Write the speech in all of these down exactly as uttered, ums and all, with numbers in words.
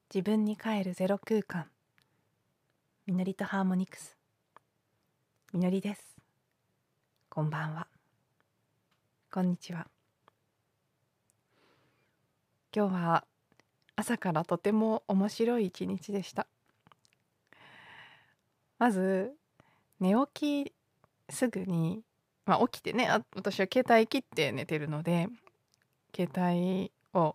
自分に帰るゼロ空間。みのりとハーモニクス。みのりです。こんばんは。こんにちは。今日は朝からとても面白い一日でした。まず寝起きすぐに、まあ、起きてね、あ私は携帯切って寝てるので、携帯を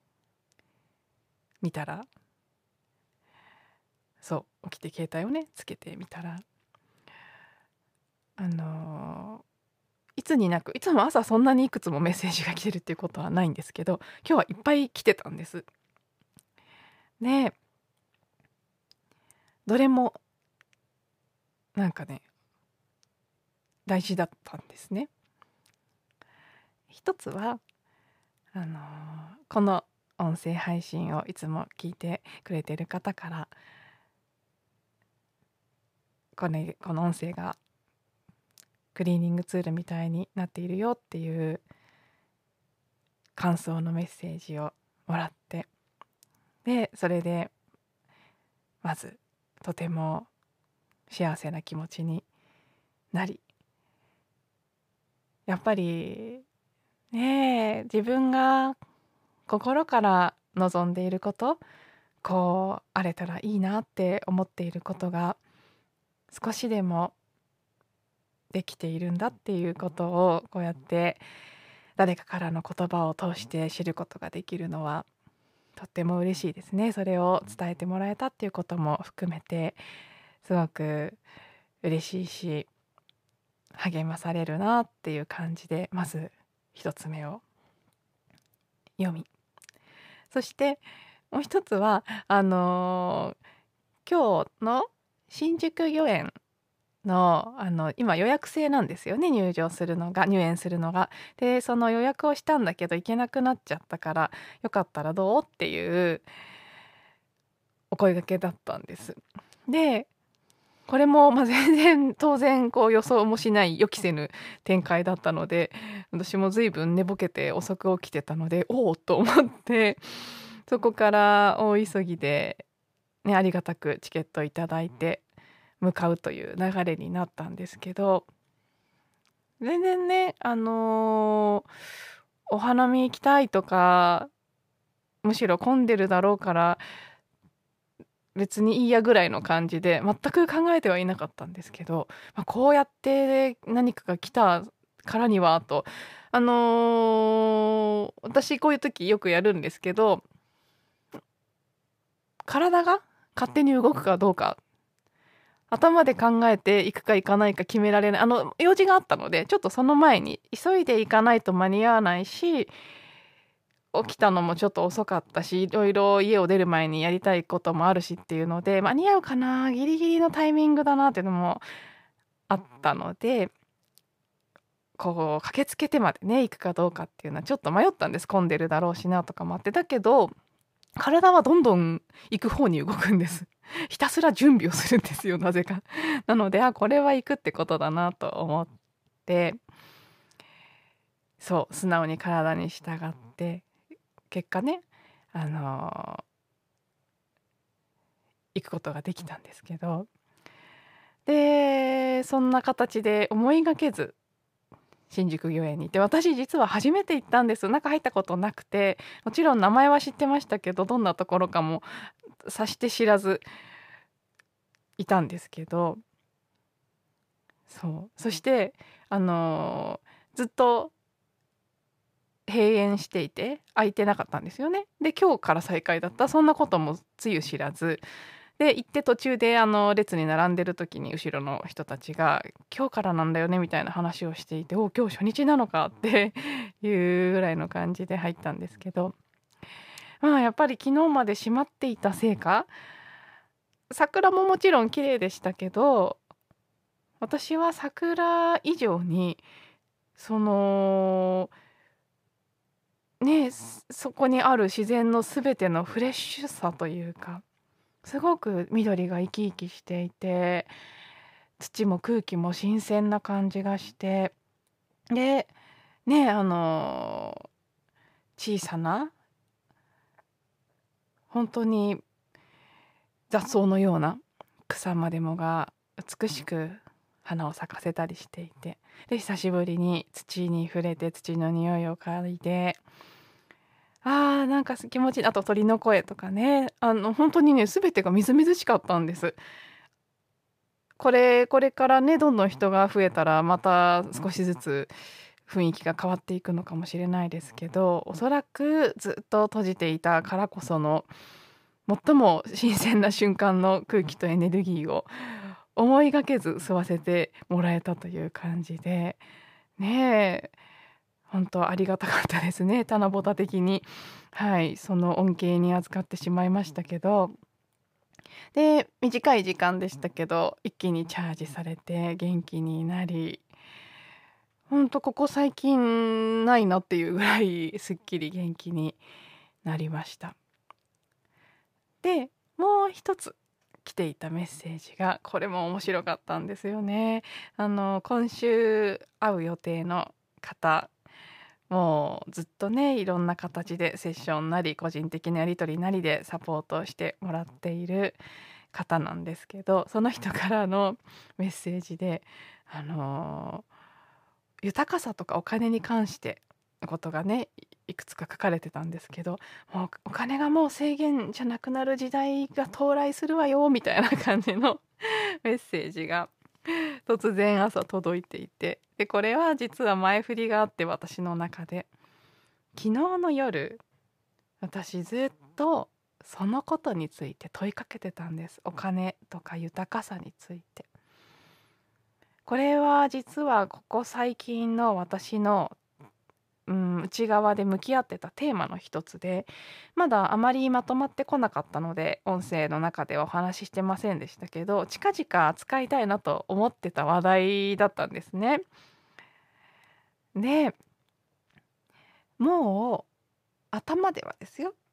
見たら、そう起きて携帯をねつけてみたら、あのーいつになく、いつも朝そんなにいくつもメッセージが来てるっていうことはないんですけど、今日はいっぱい来てたんです。で、どれもなんかね、大事だったんですね。一つはあのーこの音声配信をいつも聞いてくれてる方から、これこの音声がクリーニングツールみたいになっているよっていう感想のメッセージをもらって、でそれでまずとても幸せな気持ちになり、やっぱりねえ、自分が心から望んでいること、こうあれたらいいなって思っていることが少しでもできているんだっていうことを、こうやって誰かからの言葉を通して知ることができるのはとっても嬉しいですね。それを伝えてもらえたっていうことも含めてすごく嬉しいし、励まされるなっていう感じで、まず一つ目を読み、そしてもう一つはあのー今日の新宿御苑の、あの今予約制なんですよね、入場するのが入園するのが。でその予約をしたんだけど行けなくなっちゃったから、よかったらどうっていうお声掛けだったんです。でこれもまあ全然当然こう予想もしない予期せぬ展開だったので、私も随分寝ぼけて遅く起きてたので、おおと思って、そこから大急ぎで、ね、ありがたくチケットいただいて向かうという流れになったんですけど、全然ね、あのーお花見行きたいとか、むしろ混んでるだろうから別にいいやぐらいの感じで全く考えてはいなかったんですけど、まあ、こうやって何かが来たからにはと、あのー私こういう時よくやるんですけど、体が勝手に動くかどうか頭で考えて行くか行かないか決められない、あの用事があったのでちょっとその前に急いで行かないと間に合わないし、起きたのもちょっと遅かったし、いろいろ家を出る前にやりたいこともあるしっていうので、間に合うかな、ギリギリのタイミングだなっていうのもあったので、こう駆けつけてまでね行くかどうかっていうのはちょっと迷ったんです。混んでるだろうしなとかもあって。だけど体はどんどん行く方に動くんです。ひたすら準備をするんですよ、なぜか。なので、あ、これは行くってことだなと思って、そう素直に体に従って、結果ね、あのー行くことができたんですけど、でそんな形で思いがけず新宿御苑に行って、私実は初めて行ったんです。中入ったことなくて、もちろん名前は知ってましたけど、どんなところかも察して知らずいたんですけど、そうそしてあのーずっと閉園していて空いてなかったんですよね。で今日から再開だった、そんなこともつゆ知らずで行って、途中であの列に並んでる時に後ろの人たちが今日からなんだよねみたいな話をしていて、お今日初日なのかっていうぐらいの感じで入ったんですけど、まあやっぱり昨日まで閉まっていたせいか、桜ももちろん綺麗でしたけど、私は桜以上にそのね、そこにある自然のすべてのフレッシュさというか、すごく緑が生き生きしていて、土も空気も新鮮な感じがして、でね、あの小さな本当に雑草のような草までもが美しく花を咲かせたりしていて、で久しぶりに土に触れて土の匂いを嗅いで、あーなんか気持ちいい。あと鳥の声とかね、あの本当にね全てがみずみずしかったんです。これこれからねどんどん人が増えたらまた少しずつ雰囲気が変わっていくのかもしれないですけど、おそらくずっと閉じていたからこその最も新鮮な瞬間の空気とエネルギーを思いがけず吸わせてもらえたという感じで、ねえ本当ありがたかったですね。棚ぼた的に、はい、その恩恵に預かってしまいましたけど、で短い時間でしたけど一気にチャージされて元気になり、ほんとここ最近ないなっていうぐらいすっきり元気になりました。でもう一つ来ていたメッセージが、これも面白かったんですよね。あの今週会う予定の方、もうずっとねいろんな形でセッションなり個人的なやり取りなりでサポートをしてもらっている方なんですけど、その人からのメッセージで、あの豊かさとかお金に関してのことがねいいくつか書かれてたんですけど、もうお金がもう制限じゃなくなる時代が到来するわよみたいな感じのメッセージが突然朝届いていて、でこれは実は前振りがあって、私の中で昨日の夜私ずっとそのことについて問いかけてたんです。お金とか豊かさについて。これは実はここ最近の私の、うん、内側で向き合ってたテーマの一つで、まだあまりまとまってこなかったので音声の中ではお話ししてませんでしたけど、近々扱いたいなと思ってた話題だったんですね。でもう頭ではですよ、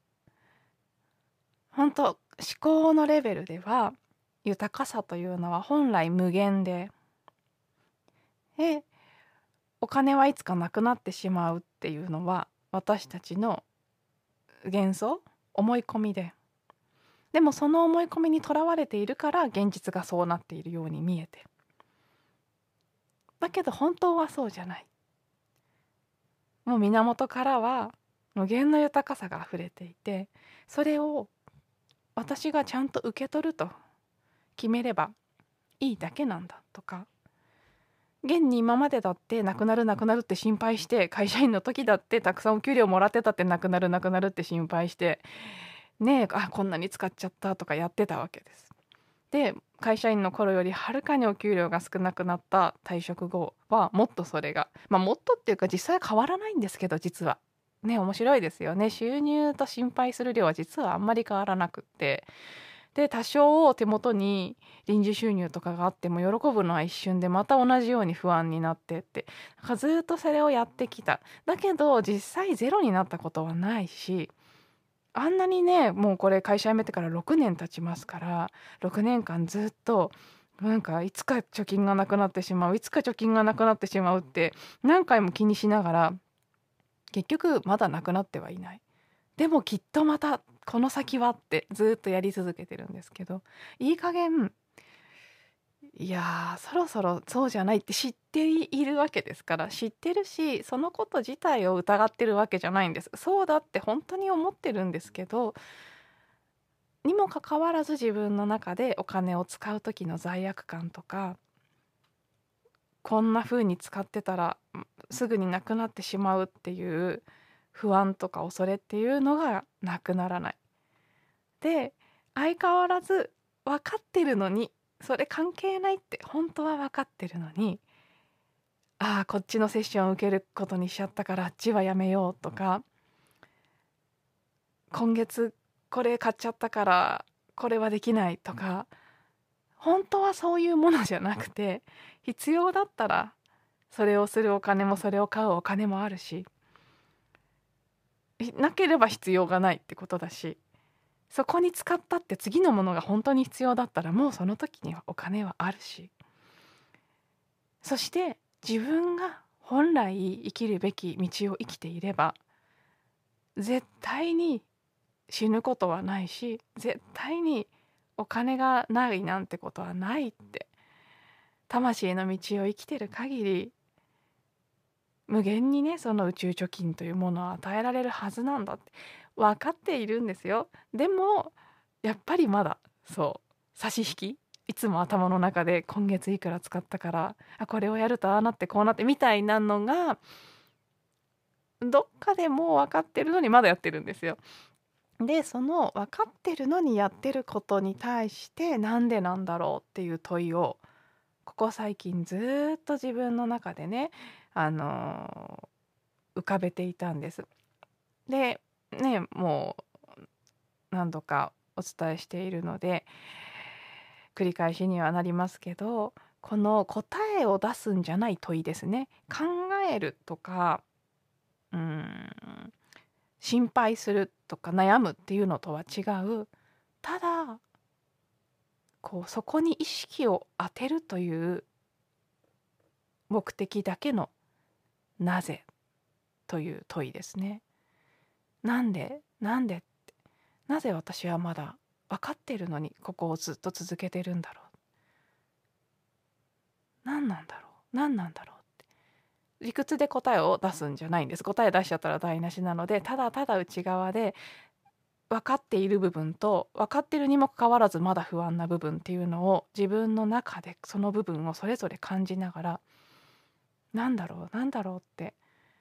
本当思考のレベルでは豊かさというのは本来無限で、でお金はいつかなくなってしまうっていうのは私たちの幻想、思い込みで、でもその思い込みにとらわれているから現実がそうなっているように見えて、だけど本当はそうじゃない。もう源からは無限の豊かさがあふれていて、それを私がちゃんと受け取ると決めればいいだけなんだとか、現に今までだってなくなるなくなるって心配して、会社員の時だってたくさんお給料もらってたってなくなるなくなるって心配してねえ、あこんなに使っちゃったとかやってたわけです。で会社員の頃よりはるかにお給料が少なくなった退職後はもっとそれが、まあもっとっていうか実際は変わらないんですけど、実はね面白いですよね。収入と心配する量は実はあんまり変わらなくって、で多少手元に臨時収入とかがあっても喜ぶのは一瞬でまた同じように不安になってって、なんかずっとそれをやってきた。だけど実際ゼロになったことはないし、あんなにねもうこれ会社辞めてからろくねん経ちますから、ろくねんかんずっとなんかいつか貯金がなくなってしまういつか貯金がなくなってしまうって何回も気にしながら、結局まだなくなってはいない。でもきっとまたこの先はってずっとやり続けてるんですけど、いい加減いやーそろそろそうじゃないって知っているわけですから、知ってるしそのこと自体を疑ってるわけじゃないんです。そうだって本当に思ってるんですけど、にもかかわらず自分の中でお金を使う時の罪悪感とか、こんな風に使ってたらんすぐになくなってしまうっていう不安とか恐れっていうのがなくならない。で相変わらず分かってるのに、それ関係ないって本当は分かってるのに、ああこっちのセッションを受けることにしちゃったからあっちはやめようとか、今月これ買っちゃったからこれはできないとか、本当はそういうものじゃなくて、必要だったらそれをするお金もそれを買うお金もあるし、なければ必要がないってことだし、そこに使ったって次のものが本当に必要だったらもうその時にはお金はあるし、そして自分が本来生きるべき道を生きていれば絶対に死ぬことはないし、絶対にお金がないなんてことはないって、魂の道を生きてる限り無限にねその宇宙貯金というものを与えられるはずなんだって分かっているんですよ。でもやっぱりまだそう差し引き、いつも頭の中で今月いくら使ったからあこれをやるとああなってこうなってみたいなのがどっかでもう分かってるのにまだやってるんですよ。でその分かってるのにやってることに対してなんでなんだろうっていう問いをここ最近ずーっと自分の中でね、あのー浮かべていたんです。でねもう何度かお伝えしているので繰り返しにはなりますけど、この答えを出すんじゃない問いですね。考えるとかうーん心配するとか悩むっていうのとは違う、ただこうそこに意識を当てるという目的だけのなぜという問いですね。なんでなんでってなぜ私はまだ分かってるのにここをずっと続けてるんだろう、何なんだろう何なんだろうって理屈で答えを出すんじゃないんです。答え出しちゃったら台無しなので、ただただ内側で分かっている部分と分かってるにもかかわらずまだ不安な部分っていうのを自分の中でその部分をそれぞれ感じながらなんだろうなんだろうって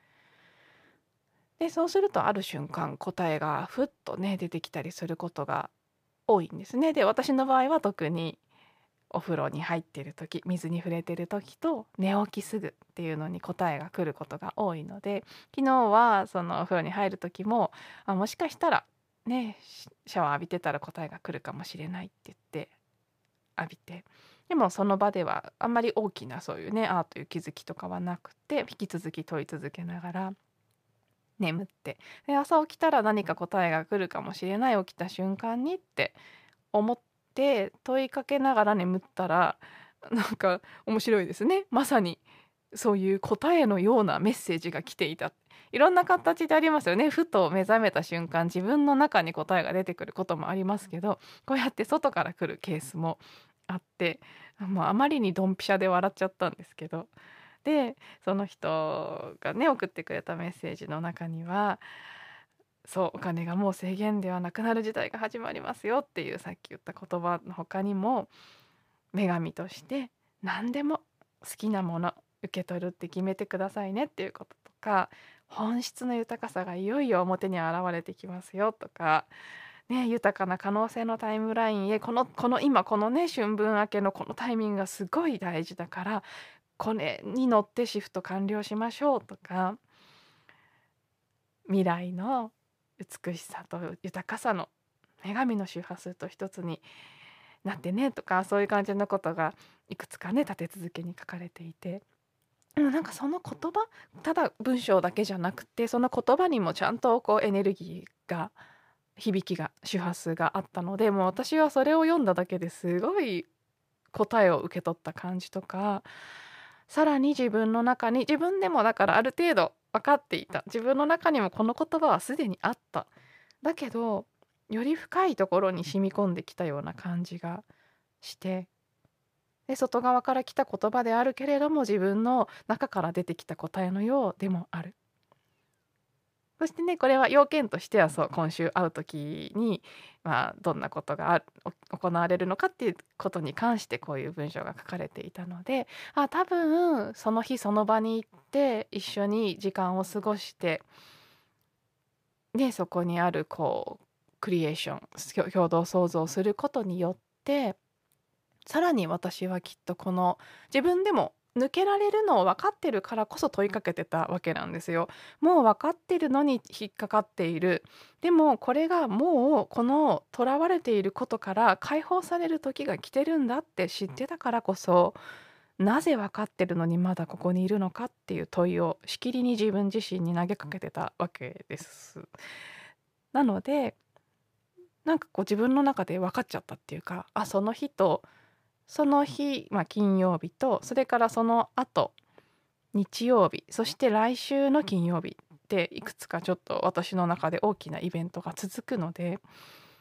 でそうするとある瞬間答えがふっとね出てきたりすることが多いんですね。で私の場合は特にお風呂に入っている時水に触れてる時と寝起きすぐっていうのに答えが来ることが多いので、昨日はそのお風呂に入る時もあもしかしたらねシシャワー浴びてたら答えが来るかもしれないって言って浴びて、でもその場ではあんまり大きなそういうねああという気づきとかはなくて引き続き問い続けながら眠って、で朝起きたら何か答えが来るかもしれない、起きた瞬間にって思って問いかけながら眠ったらなんか面白いですね。まさにそういう答えのようなメッセージが来ていた。いろんな形でありますよね。ふと目覚めた瞬間自分の中に答えが出てくることもありますけど、こうやって外から来るケースもあって、もうあまりにドンピシャで笑っちゃったんですけど、でその人がね送ってくれたメッセージの中にはそうお金がもう制限ではなくなる時代が始まりますよっていうさっき言った言葉の他にも女神として何でも好きなもの受け取るって決めてくださいねっていうこととか、本質の豊かさがいよいよ表に現れてきますよとか、ね、豊かな可能性のタイムラインへこのこの今このね春分明けのこのタイミングがすごい大事だからこれに乗ってシフト完了しましょうとか、未来の美しさと豊かさの女神の周波数と一つになってねとか、そういう感じのことがいくつかね立て続けに書かれていて、でもなんかその言葉ただ文章だけじゃなくてその言葉にもちゃんとこうエネルギーが響きが周波数があったので、もう私はそれを読んだだけですごい答えを受け取った感じとか、さらに自分の中に自分でもだからある程度分かっていた、自分の中にもこの言葉はすでにあった、だけどより深いところに染み込んできたような感じがして、で外側から来た言葉であるけれども自分の中から出てきた答えのようでもある。そしてねこれは要件としてはそう今週会う時に、まあ、どんなことがある行われるのかっていうことに関してこういう文章が書かれていたので、あ多分その日その場に行って一緒に時間を過ごして、でそこにあるこうクリエーション共同創造することによってさらに私はきっとこの自分でも抜けられるのを分かってるからこそ問いかけてたわけなんですよ。もう分かってるのに引っかかっている。でもこれがもうこの囚われていることから解放される時が来てるんだって知ってたからこそ、なぜ分かってるのにまだここにいるのかっていう問いをしきりに自分自身に投げかけてたわけです。なのでなんかこう自分の中で分かっちゃったっていうか、あその日とその日、まあ、金曜日とそれからその後日曜日そして来週の金曜日っていくつかちょっと私の中で大きなイベントが続くので、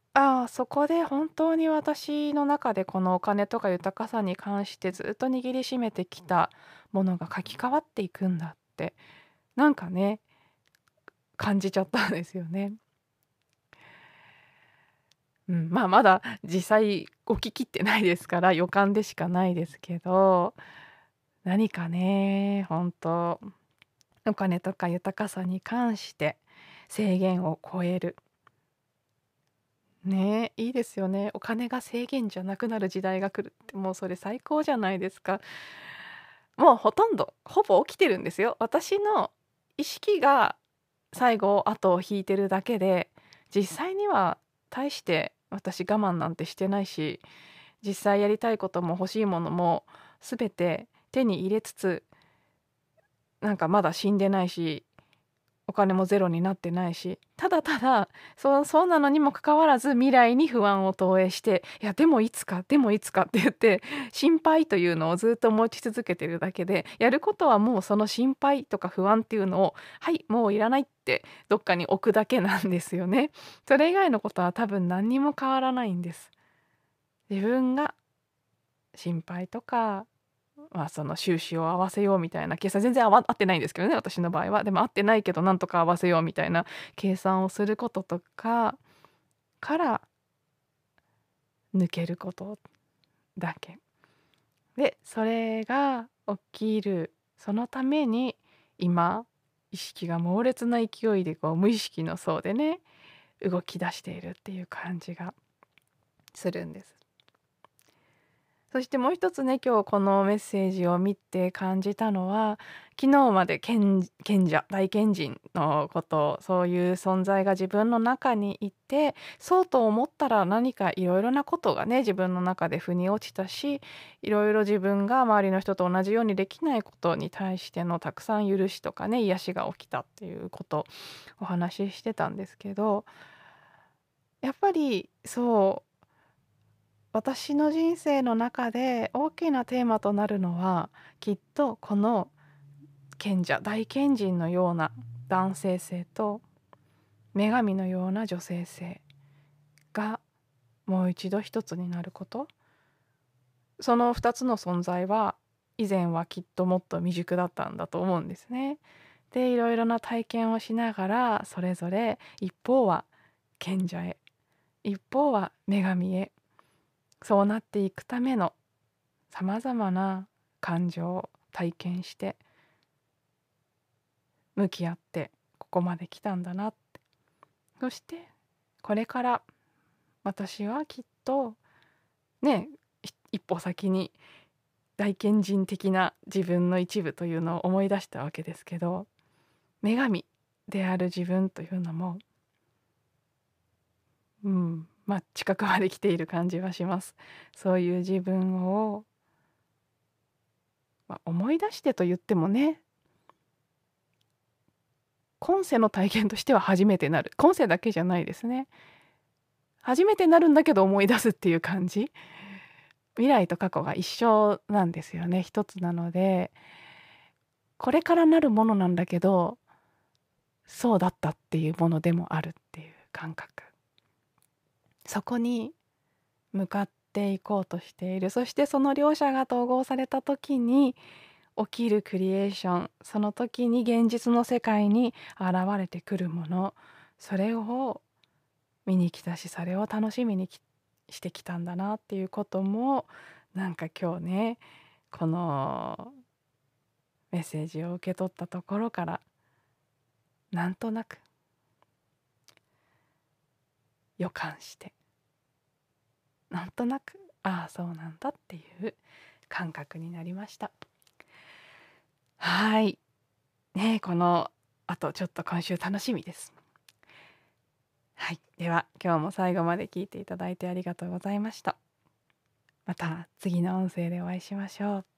ああ、そこで本当に私の中でこのお金とか豊かさに関してずっと握りしめてきたものが書き換わっていくんだって、なんかね、感じちゃったんですよね。うん、まあ、まだ実際起ききってないですから、予感でしかないですけど、何かね、本当お金とか豊かさに関して制限を超える。ねえ、いいですよね。お金が制限じゃなくなる時代が来るって、もうそれ最高じゃないですか。もうほとんど、ほぼ起きてるんですよ。私の意識が最後後を引いてるだけで、実際には大して私我慢なんてしてないし、実際やりたいことも欲しいものも全て手に入れつつ、なんかまだ死んでないし、お金もゼロになってないし、ただただそうそうなのにもかかわらず未来に不安を投影して、いやでもいつかでもいつかって言って心配というのをずっと持ち続けてるだけで、やることはもうその心配とか不安っていうのを、はいもういらないってどっかに置くだけなんですよね。それ以外のことは多分何にも変わらないんです。自分が心配とか、まあ、その収支を合わせようみたいな計算、全然合わ合ってないんですけどね、私の場合は。でも合ってないけどなんとか合わせようみたいな計算をすることとかから抜けることだけで、それが起きるそのために今意識が猛烈な勢いでこう無意識の層でね動き出しているっていう感じがするんです。そしてもう一つね、今日このメッセージを見て感じたのは、昨日まで賢賢者、大賢人のこと、そういう存在が自分の中にいて、そうと思ったら何かいろいろなことがね、自分の中で腑に落ちたし、いろいろ自分が周りの人と同じようにできないことに対してのたくさん許しとかね、癒しが起きたっていうことお話ししてたんですけど、やっぱりそう、私の人生の中で大きなテーマとなるのは、きっとこの賢者大賢人のような男性性と女神のような女性性がもう一度一つになること。その二つの存在は以前はきっともっと未熟だったんだと思うんですね。でいろいろな体験をしながら、それぞれ一方は賢者へ、一方は女神へ、そうなっていくためのさまざまな感情を体験して向き合ってここまで来たんだなって。そしてこれから私はきっとね、一歩先に大賢人的な自分の一部というのを思い出したわけですけど、女神である自分というのも、うんまあ近くまで来ている感じはします。そういう自分を、まあ、思い出してと言ってもね、今世の体験としては初めてなる、今世だけじゃないですね。初めてなるんだけど思い出すっていう感じ。未来と過去が一緒なんですよね、一つなので、これからなるものなんだけどそうだったっていうものでもあるっていう感覚、そこに向かっていこうとしている。そしてその両者が統合された時に起きるクリエーション、その時に現実の世界に現れてくるもの、それを見に来たし、それを楽しみにきしてきたんだなっていうことも、なんか今日ね、このメッセージを受け取ったところからなんとなく予感して、なんとなくああそうなんだっていう感覚になりました。はいねえ、このあとちょっと今週楽しみです。はい、では今日も最後まで聞いていただいてありがとうございました。また次の音声でお会いしましょう。